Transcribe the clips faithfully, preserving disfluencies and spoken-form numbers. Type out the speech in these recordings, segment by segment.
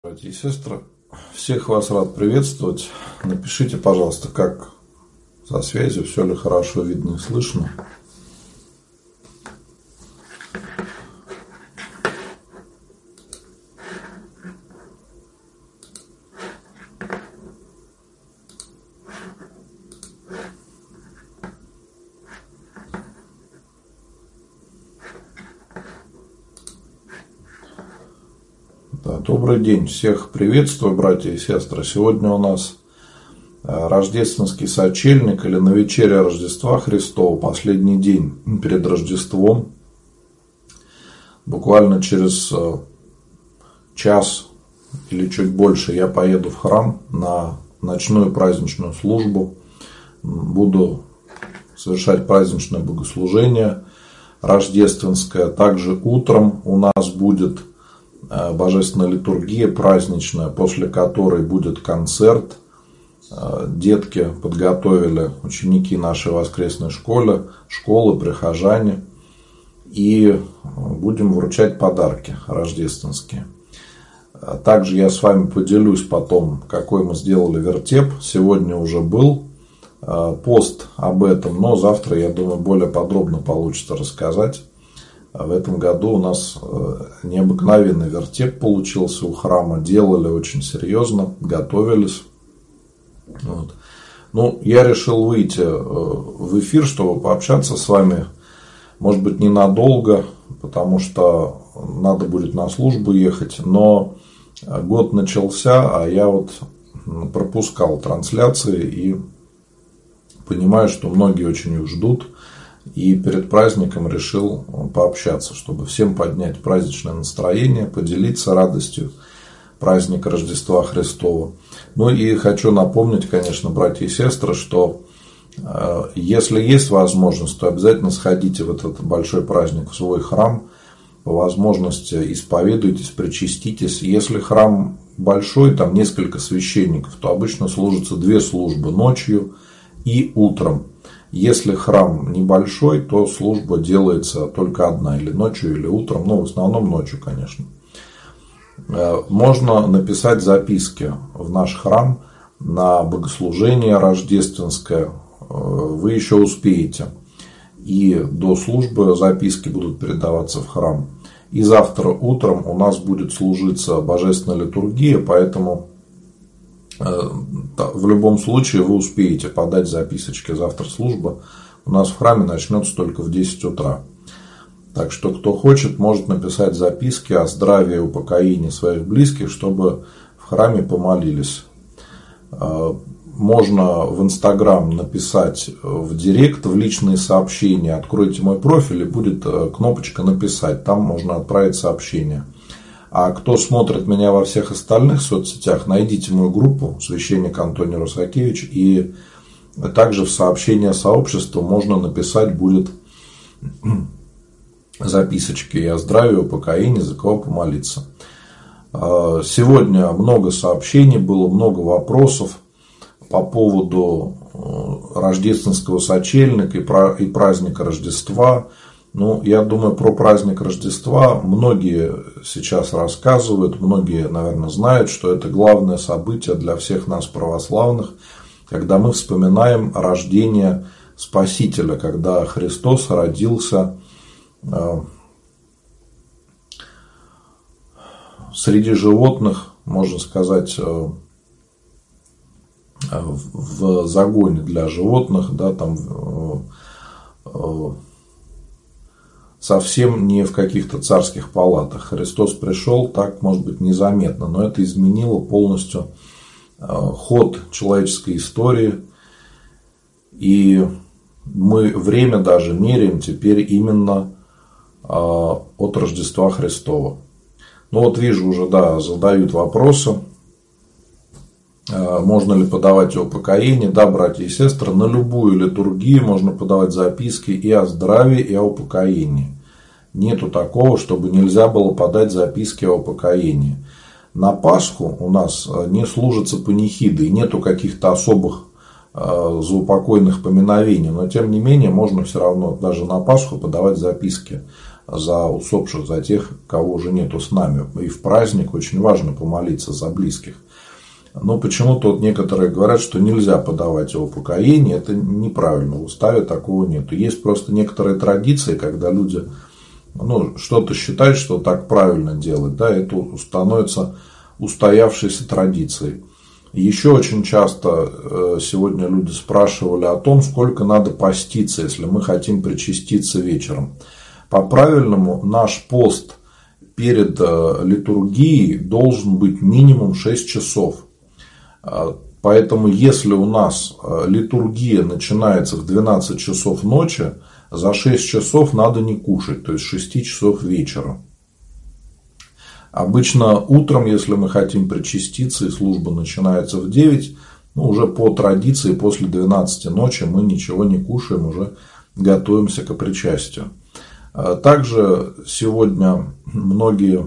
Братья и сестры, всех вас рад приветствовать. Напишите, пожалуйста, как со связью, все ли хорошо видно и слышно. Да, добрый день, всех приветствую, братья и сестры. Сегодня у нас рождественский сочельник или навечерие Рождества Христова, последний день перед Рождеством. Буквально через час или чуть больше я поеду в храм на ночную праздничную службу. Буду совершать праздничное богослужение рождественское. Также утром у нас будет божественная литургия праздничная, после которой будет концерт. Детки подготовили, ученики нашей воскресной школы, школы, прихожане. И будем вручать подарки рождественские. Также я с вами поделюсь потом, какой мы сделали вертеп. Сегодня уже был пост об этом, но завтра, я думаю, более подробно получится рассказать. В этом году у нас необыкновенный вертеп получился у храма. Делали очень серьезно, готовились. Вот. Ну, я решил выйти в эфир, чтобы пообщаться с вами. Может быть, ненадолго, потому что надо будет на службу ехать. Но год начался, а я вот пропускал трансляции и понимаю, что многие очень их ждут. И перед праздником решил пообщаться, чтобы всем поднять праздничное настроение, поделиться радостью праздника Рождества Христова. Ну и хочу напомнить, конечно, братья и сестры, что э, если есть возможность, то обязательно сходите в этот большой праздник в свой храм. По возможности исповедуйтесь, причаститесь. Если храм большой, там несколько священников, то обычно служатся две службы ночью и утром. Если храм небольшой, то служба делается только одна, или ночью, или утром, ну, в основном ночью, конечно. Можно написать записки в наш храм на богослужение рождественское, вы еще успеете. И до службы записки будут передаваться в храм. И завтра утром у нас будет служиться божественная литургия, поэтому в любом случае вы успеете подать записочки. Завтра служба у нас в храме начнется только в десять утра. Так что, кто хочет, может написать записки о здравии и упокоении своих близких, чтобы в храме помолились. Можно в Инстаграм написать в директ, в личные сообщения. Откройте мой профиль, и будет кнопочка «Написать». Там можно отправить сообщение. А кто смотрит меня во всех остальных соцсетях, найдите мою группу «Священник Антоний Русакевич». И также в сообщение сообщества можно написать будет записочки и о здравии, упокоении, за кого помолиться. Сегодня много сообщений, было много вопросов по поводу рождественского сочельника и праздника Рождества. Ну, я думаю, про праздник Рождества многие сейчас рассказывают, многие, наверное, знают, что это главное событие для всех нас, православных, когда мы вспоминаем рождение Спасителя, когда Христос родился среди животных, можно сказать, в загоне для животных, да, там совсем не в каких-то царских палатах. Христос пришел так, может быть, незаметно, но это изменило полностью ход человеческой истории. И мы время даже меряем теперь именно от Рождества Христова. Ну вот вижу уже, да, задают вопросы. Можно ли подавать о упокоении? Да, братья и сестры, на любую литургию можно подавать записки и о здравии, и о упокоении. Нету такого, чтобы нельзя было подать записки о упокоении. На Пасху у нас не служатся панихиды, и нету каких-то особых заупокойных поминовений. Но тем не менее, можно все равно даже на Пасху подавать записки за усопших, за тех, кого уже нету с нами. И в праздник очень важно помолиться за близких. Но почему-то вот некоторые говорят, что нельзя подавать о упокоении. Это неправильно, в уставе такого нет. Есть просто некоторые традиции, когда люди ну, что-то считают, что так правильно делать. Да, это становится устоявшейся традицией. Еще очень часто сегодня люди спрашивали о том, сколько надо поститься, если мы хотим причаститься вечером. По-правильному наш пост перед литургией должен быть минимум шесть часов. Поэтому, если у нас литургия начинается в двенадцать часов ночи, за шесть часов надо не кушать, то есть шесть часов вечера. Обычно утром, если мы хотим причаститься, и служба начинается в девять, ну, уже по традиции после двенадцати ночи мы ничего не кушаем, уже готовимся к причастию. Также сегодня многие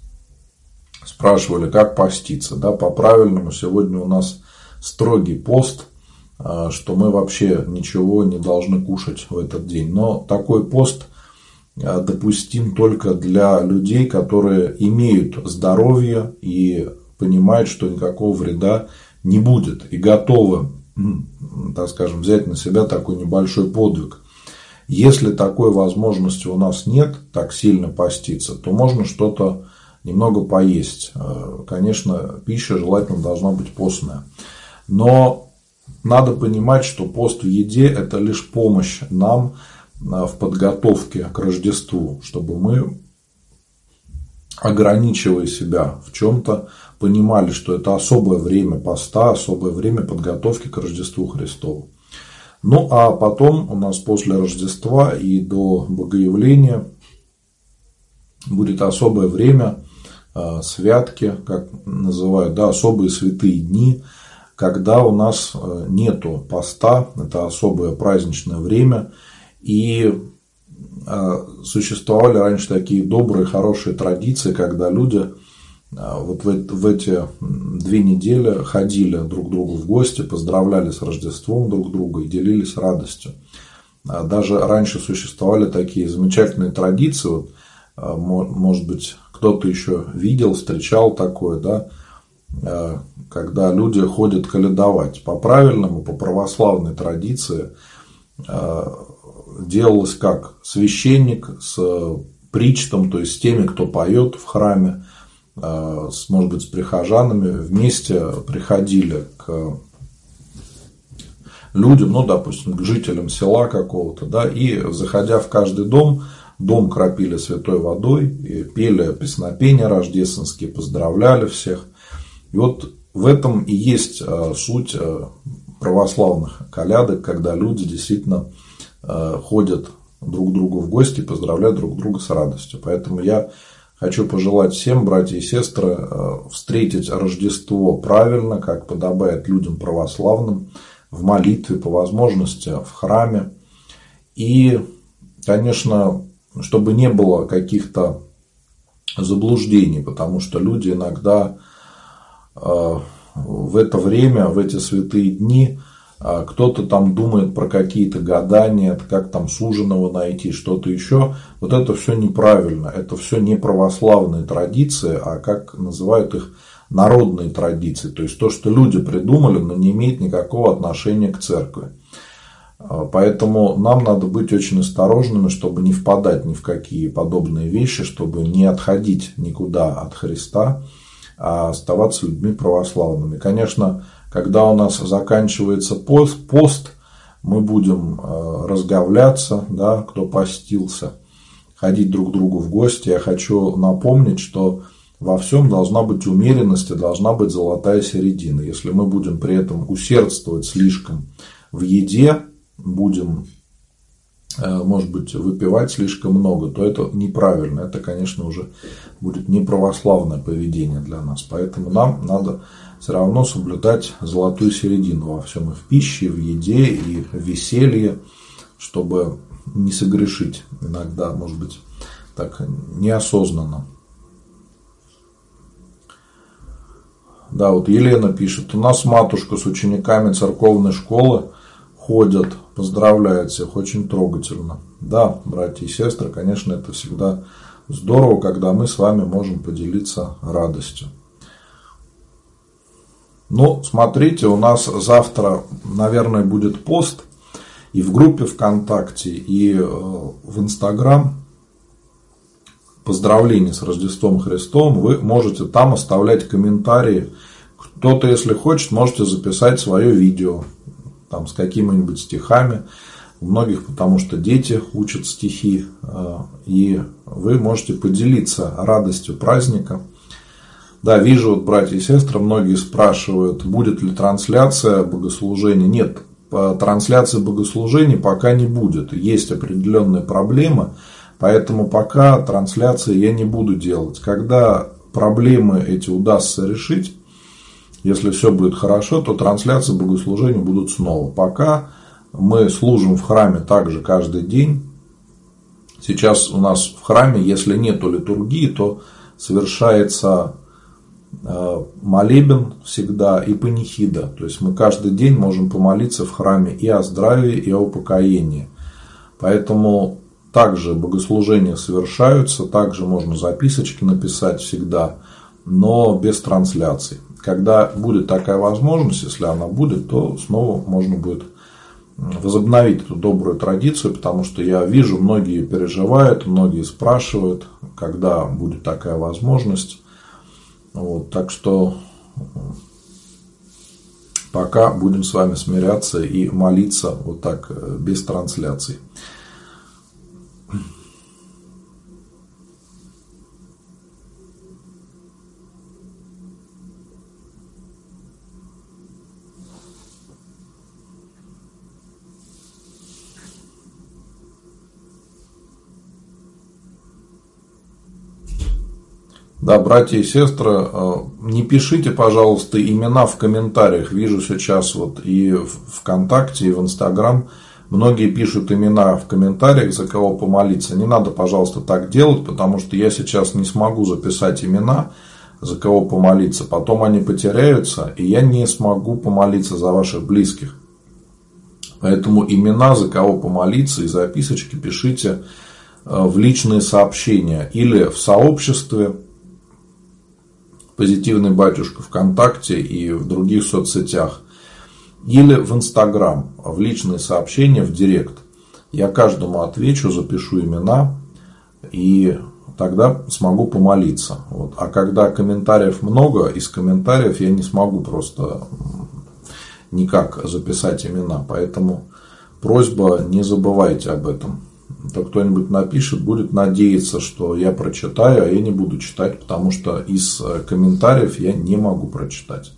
спрашивали, как поститься. Да, по-правильному сегодня у нас строгий пост, что мы вообще ничего не должны кушать в этот день. Но такой пост допустим только для людей, которые имеют здоровье и понимают, что никакого вреда не будет. И готовы, так скажем, взять на себя такой небольшой подвиг. Если такой возможности у нас нет, так сильно поститься, то можно что-то немного поесть. Конечно, пища желательно должна быть постная. Но надо понимать, что пост в еде – это лишь помощь нам в подготовке к Рождеству, чтобы мы, ограничивая себя в чем-то, понимали, что это особое время поста, особое время подготовки к Рождеству Христову. Ну, а потом у нас после Рождества и до Богоявления будет особое время, святки, как называют, да, особые святые дни, когда у нас нету поста, это особое праздничное время, и существовали раньше такие добрые, хорошие традиции, когда люди вот в эти две недели ходили друг к другу в гости, поздравляли с Рождеством друг друга и делились радостью. Даже раньше существовали такие замечательные традиции, вот, может быть, кто-то еще видел, встречал такое, да, когда люди ходят колядовать. По правильному, по православной традиции делалось как? Священник с причтом, то есть с теми, кто поет в храме, с, может быть, с прихожанами, вместе приходили к людям, ну, допустим, к жителям села какого-то, да, и, заходя в каждый дом, дом кропили святой водой, и пели песнопения рождественские, поздравляли всех. И вот в этом и есть суть православных колядок, когда люди действительно ходят друг к другу в гости, поздравляют друг друга с радостью. Поэтому я хочу пожелать всем, братья и сестры, встретить Рождество правильно, как подобает людям православным, в молитве, по возможности, в храме. И, конечно, чтобы не было каких-то заблуждений, потому что люди иногда в это время, в эти святые дни, кто-то там думает про какие-то гадания, как там суженого найти, что-то еще. Вот это все неправильно. Это все не православные традиции, а как называют их народные традиции. То есть то, что люди придумали, но не имеет никакого отношения к церкви. Поэтому нам надо быть очень осторожными, чтобы не впадать ни в какие подобные вещи, чтобы не отходить никуда от Христа, а оставаться людьми православными. Конечно, когда у нас заканчивается пост, пост мы будем разговляться, да, кто постился, ходить друг к другу в гости. Я хочу напомнить, что во всем должна быть умеренность и должна быть золотая середина. Если мы будем при этом усердствовать слишком в еде, будем, может быть, выпивать слишком много, то это неправильно. Это, конечно, уже будет неправославное поведение для нас. Поэтому нам надо все равно соблюдать золотую середину во всем, и в пище, и в еде, и в веселье, чтобы не согрешить иногда, может быть, так неосознанно. Да, вот Елена пишет: у нас матушка с учениками церковной школы приходят, поздравляют всех, очень трогательно. Да, братья и сестры, конечно, это всегда здорово, когда мы с вами можем поделиться радостью. Ну, смотрите, у нас завтра, наверное, будет пост и в группе ВКонтакте, и в Инстаграм. Поздравления с Рождеством Христовым. Вы можете там оставлять комментарии. Кто-то, если хочет, можете записать свое видео там, с какими-нибудь стихами. У многих, потому что дети учат стихи. И вы можете поделиться радостью праздника. Да, вижу, вот, братья и сестры, многие спрашивают, будет ли трансляция богослужения. Нет, трансляции богослужений пока не будет. Есть определенные проблемы, поэтому пока трансляции я не буду делать. Когда проблемы эти удастся решить, если все будет хорошо, то трансляции богослужений будут снова. Пока мы служим в храме также каждый день. Сейчас у нас в храме, если нету литургии, то совершается молебен всегда и панихида. То есть мы каждый день можем помолиться в храме и о здравии, и о упокоении. Поэтому также богослужения совершаются, также можно записочки написать всегда, но без трансляций. Когда будет такая возможность, если она будет, то снова можно будет возобновить эту добрую традицию, потому что я вижу, многие переживают, многие спрашивают, когда будет такая возможность. Вот, так что пока будем с вами смиряться и молиться вот так, без трансляций. Да, братья и сестры, не пишите, пожалуйста, имена в комментариях. Вижу сейчас вот и в ВКонтакте, и в Инстаграм. Многие пишут имена в комментариях, за кого помолиться. Не надо, пожалуйста, так делать, потому что я сейчас не смогу записать имена, за кого помолиться. Потом они потеряются, и я не смогу помолиться за ваших близких. Поэтому имена, за кого помолиться, и записочки пишите в личные сообщения или в сообществе «Позитивный батюшка» ВКонтакте и в других соцсетях, или в Инстаграм, в личные сообщения, в директ. Я каждому отвечу, запишу имена, и тогда смогу помолиться. Вот. А когда комментариев много, из комментариев я не смогу просто никак записать имена. Поэтому просьба, не забывайте об этом. То кто-нибудь напишет, будет надеяться, что я прочитаю, а я не буду читать, потому что из комментариев я не могу прочитать.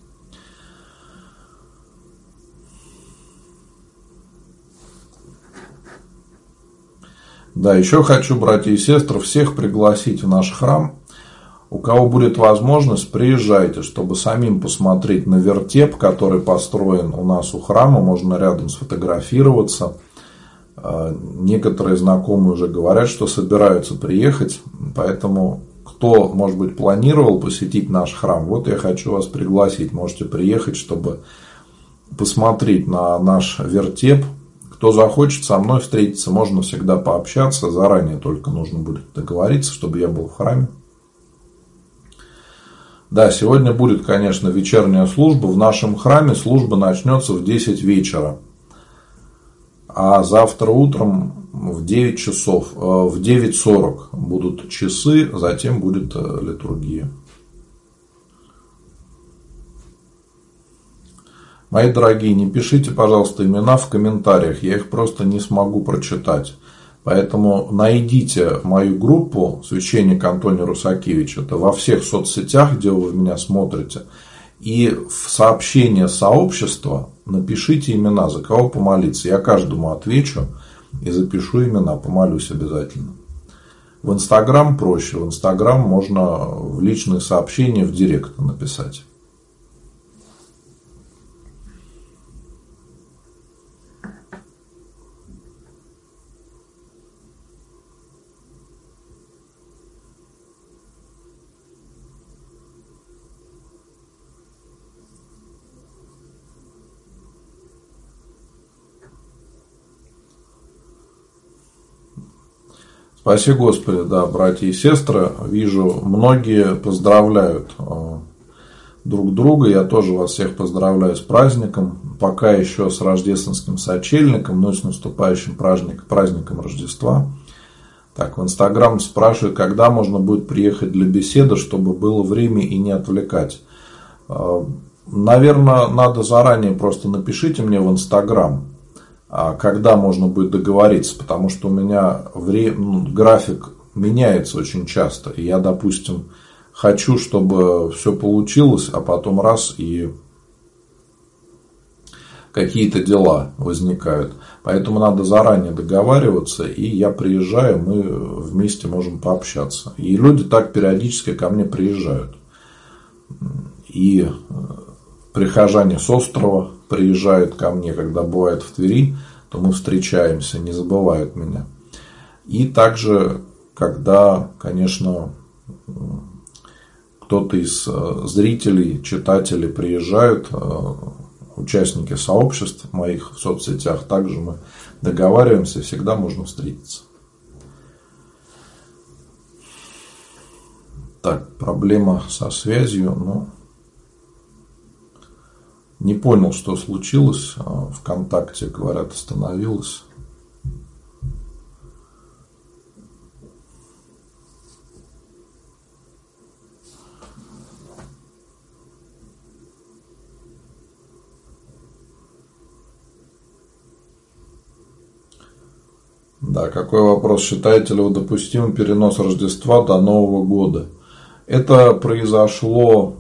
Да, еще хочу, братья и сестры, всех пригласить в наш храм. У кого будет возможность, приезжайте, чтобы самим посмотреть на вертеп, который построен у нас у храма. Можно рядом сфотографироваться. Некоторые знакомые уже говорят, что собираются приехать. Поэтому, кто, может быть, планировал посетить наш храм, вот я хочу вас пригласить. Можете приехать, чтобы посмотреть на наш вертеп. Кто захочет со мной встретиться, можно всегда пообщаться. Заранее только нужно будет договориться, чтобы я был в храме. Да, сегодня будет, конечно, вечерняя служба. В нашем храме служба начнется в десять вечера. А завтра утром в девять часов, в девять сорок будут часы, затем будет литургия. Мои дорогие, не пишите, пожалуйста, имена в комментариях, я их просто не смогу прочитать. Поэтому найдите мою группу «Священник Антоний Русакевич». Это во всех соцсетях, где вы меня смотрите. И в сообщение сообщества напишите имена, за кого помолиться. Я каждому отвечу и запишу имена, помолюсь обязательно. В Инстаграм проще. В Инстаграм можно в личные сообщения в директ написать. Спаси Господи, да, братья и сестры, вижу, многие поздравляют друг друга. Я тоже вас всех поздравляю с праздником. Пока еще с рождественским сочельником, но и с наступающим праздник, праздником Рождества. Так, в Инстаграм спрашивают, когда можно будет приехать для беседы, чтобы было время и не отвлекать. Наверное, надо заранее просто напишите мне в Инстаграм, когда можно будет договориться, потому что у меня время, ну, график меняется очень часто. И я, допустим, хочу, чтобы все получилось, а потом раз и какие-то дела возникают. Поэтому надо заранее договариваться, и я приезжаю, мы вместе можем пообщаться. И люди так периодически ко мне приезжают. И прихожане с острова приезжают ко мне, когда бывает в Твери, то мы встречаемся, не забывают меня. И также, когда, конечно, кто-то из зрителей, читателей приезжают, участники сообществ моих в соцсетях, также мы договариваемся, всегда можно встретиться. Так, проблема со связью, ну, не понял, что случилось. ВКонтакте, говорят, остановилось. Да, какой вопрос? Считаете ли вы допустимым перенос Рождества до Нового года? Это произошло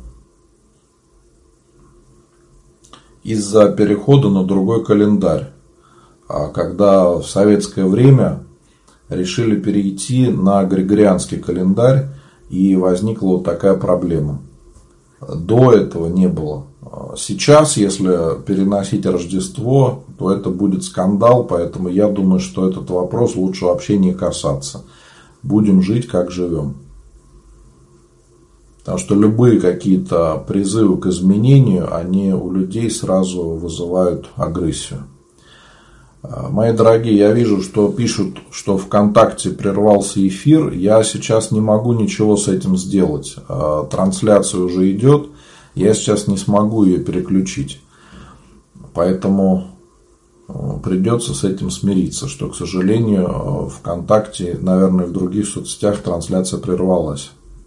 из-за перехода на другой календарь. Когда в советское время решили перейти на григорианский календарь, и возникла вот такая проблема. До этого не было. Сейчас, если переносить Рождество, то это будет скандал, поэтому я думаю, что этот вопрос лучше вообще не касаться. Будем жить, как живем. Потому что любые какие-то призывы к изменению, они у людей сразу вызывают агрессию. Мои дорогие, я вижу, что пишут, что ВКонтакте прервался эфир. Я сейчас не могу ничего с этим сделать. Трансляция уже идет. Я сейчас не смогу ее переключить. Поэтому придется с этим смириться, что, к сожалению, ВКонтакте, наверное, в других соцсетях трансляция прервалась.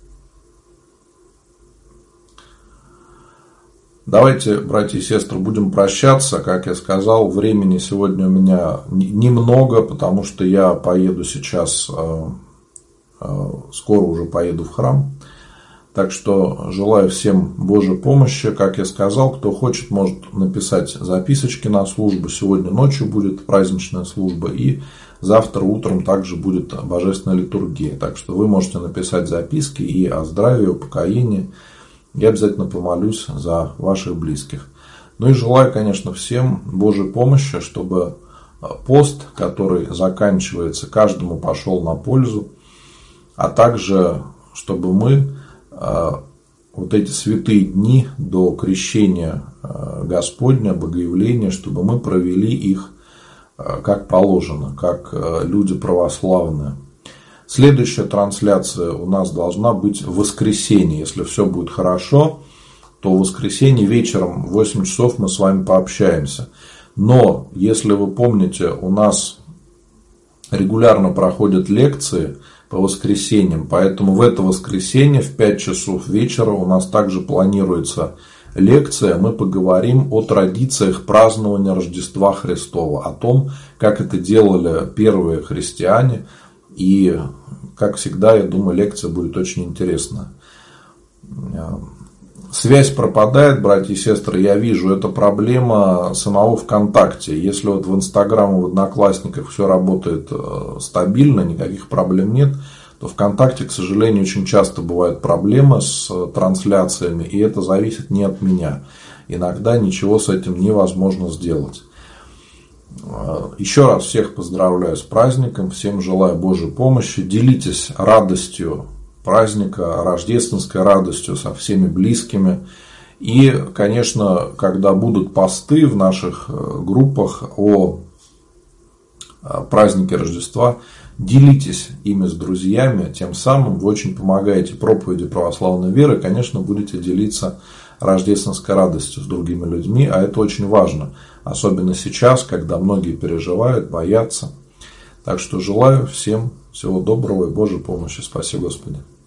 Давайте, братья и сестры, будем прощаться. Как я сказал, времени сегодня у меня немного, потому что я поеду сейчас, скоро уже поеду в храм. Так что желаю всем Божьей помощи. Как я сказал, кто хочет, может написать записочки на службу. Сегодня ночью будет праздничная служба, и завтра утром также будет божественная литургия. Так что вы можете написать записки и о здравии, о покаянии. Я обязательно помолюсь за ваших близких. Ну и желаю, конечно, всем Божьей помощи, чтобы пост, который заканчивается, каждому пошел на пользу, а также чтобы мы вот эти святые дни до крещения Господня, Богоявления, чтобы мы провели их как положено, как люди православные. Следующая трансляция у нас должна быть в воскресенье. Если все будет хорошо, то в воскресенье вечером в восемь часов мы с вами пообщаемся. Но, если вы помните, у нас регулярно проходят лекции по воскресеньям. Поэтому в это воскресенье в пять часов вечера у нас также планируется лекция. Мы поговорим о традициях празднования Рождества Христова. О том, как это делали первые христиане. И, как всегда, я думаю, лекция будет очень интересна. Связь пропадает, братья и сестры, я вижу, это проблема самого ВКонтакте. Если вот в Инстаграм и в Одноклассниках все работает стабильно, никаких проблем нет, то ВКонтакте, к сожалению, очень часто бывают проблемы с трансляциями, и это зависит не от меня. Иногда ничего с этим невозможно сделать. Еще раз всех поздравляю с праздником, всем желаю Божьей помощи. Делитесь радостью праздника, рождественской радостью со всеми близкими. И, конечно, когда будут посты в наших группах о празднике Рождества, Делитесь ими с друзьями, тем самым вы очень помогаете проповеди православной веры, конечно, будете делиться рождественской радостью с другими людьми, а это очень важно, особенно сейчас, когда многие переживают, боятся. Так что желаю всем всего доброго и Божьей помощи. Спаси Господи.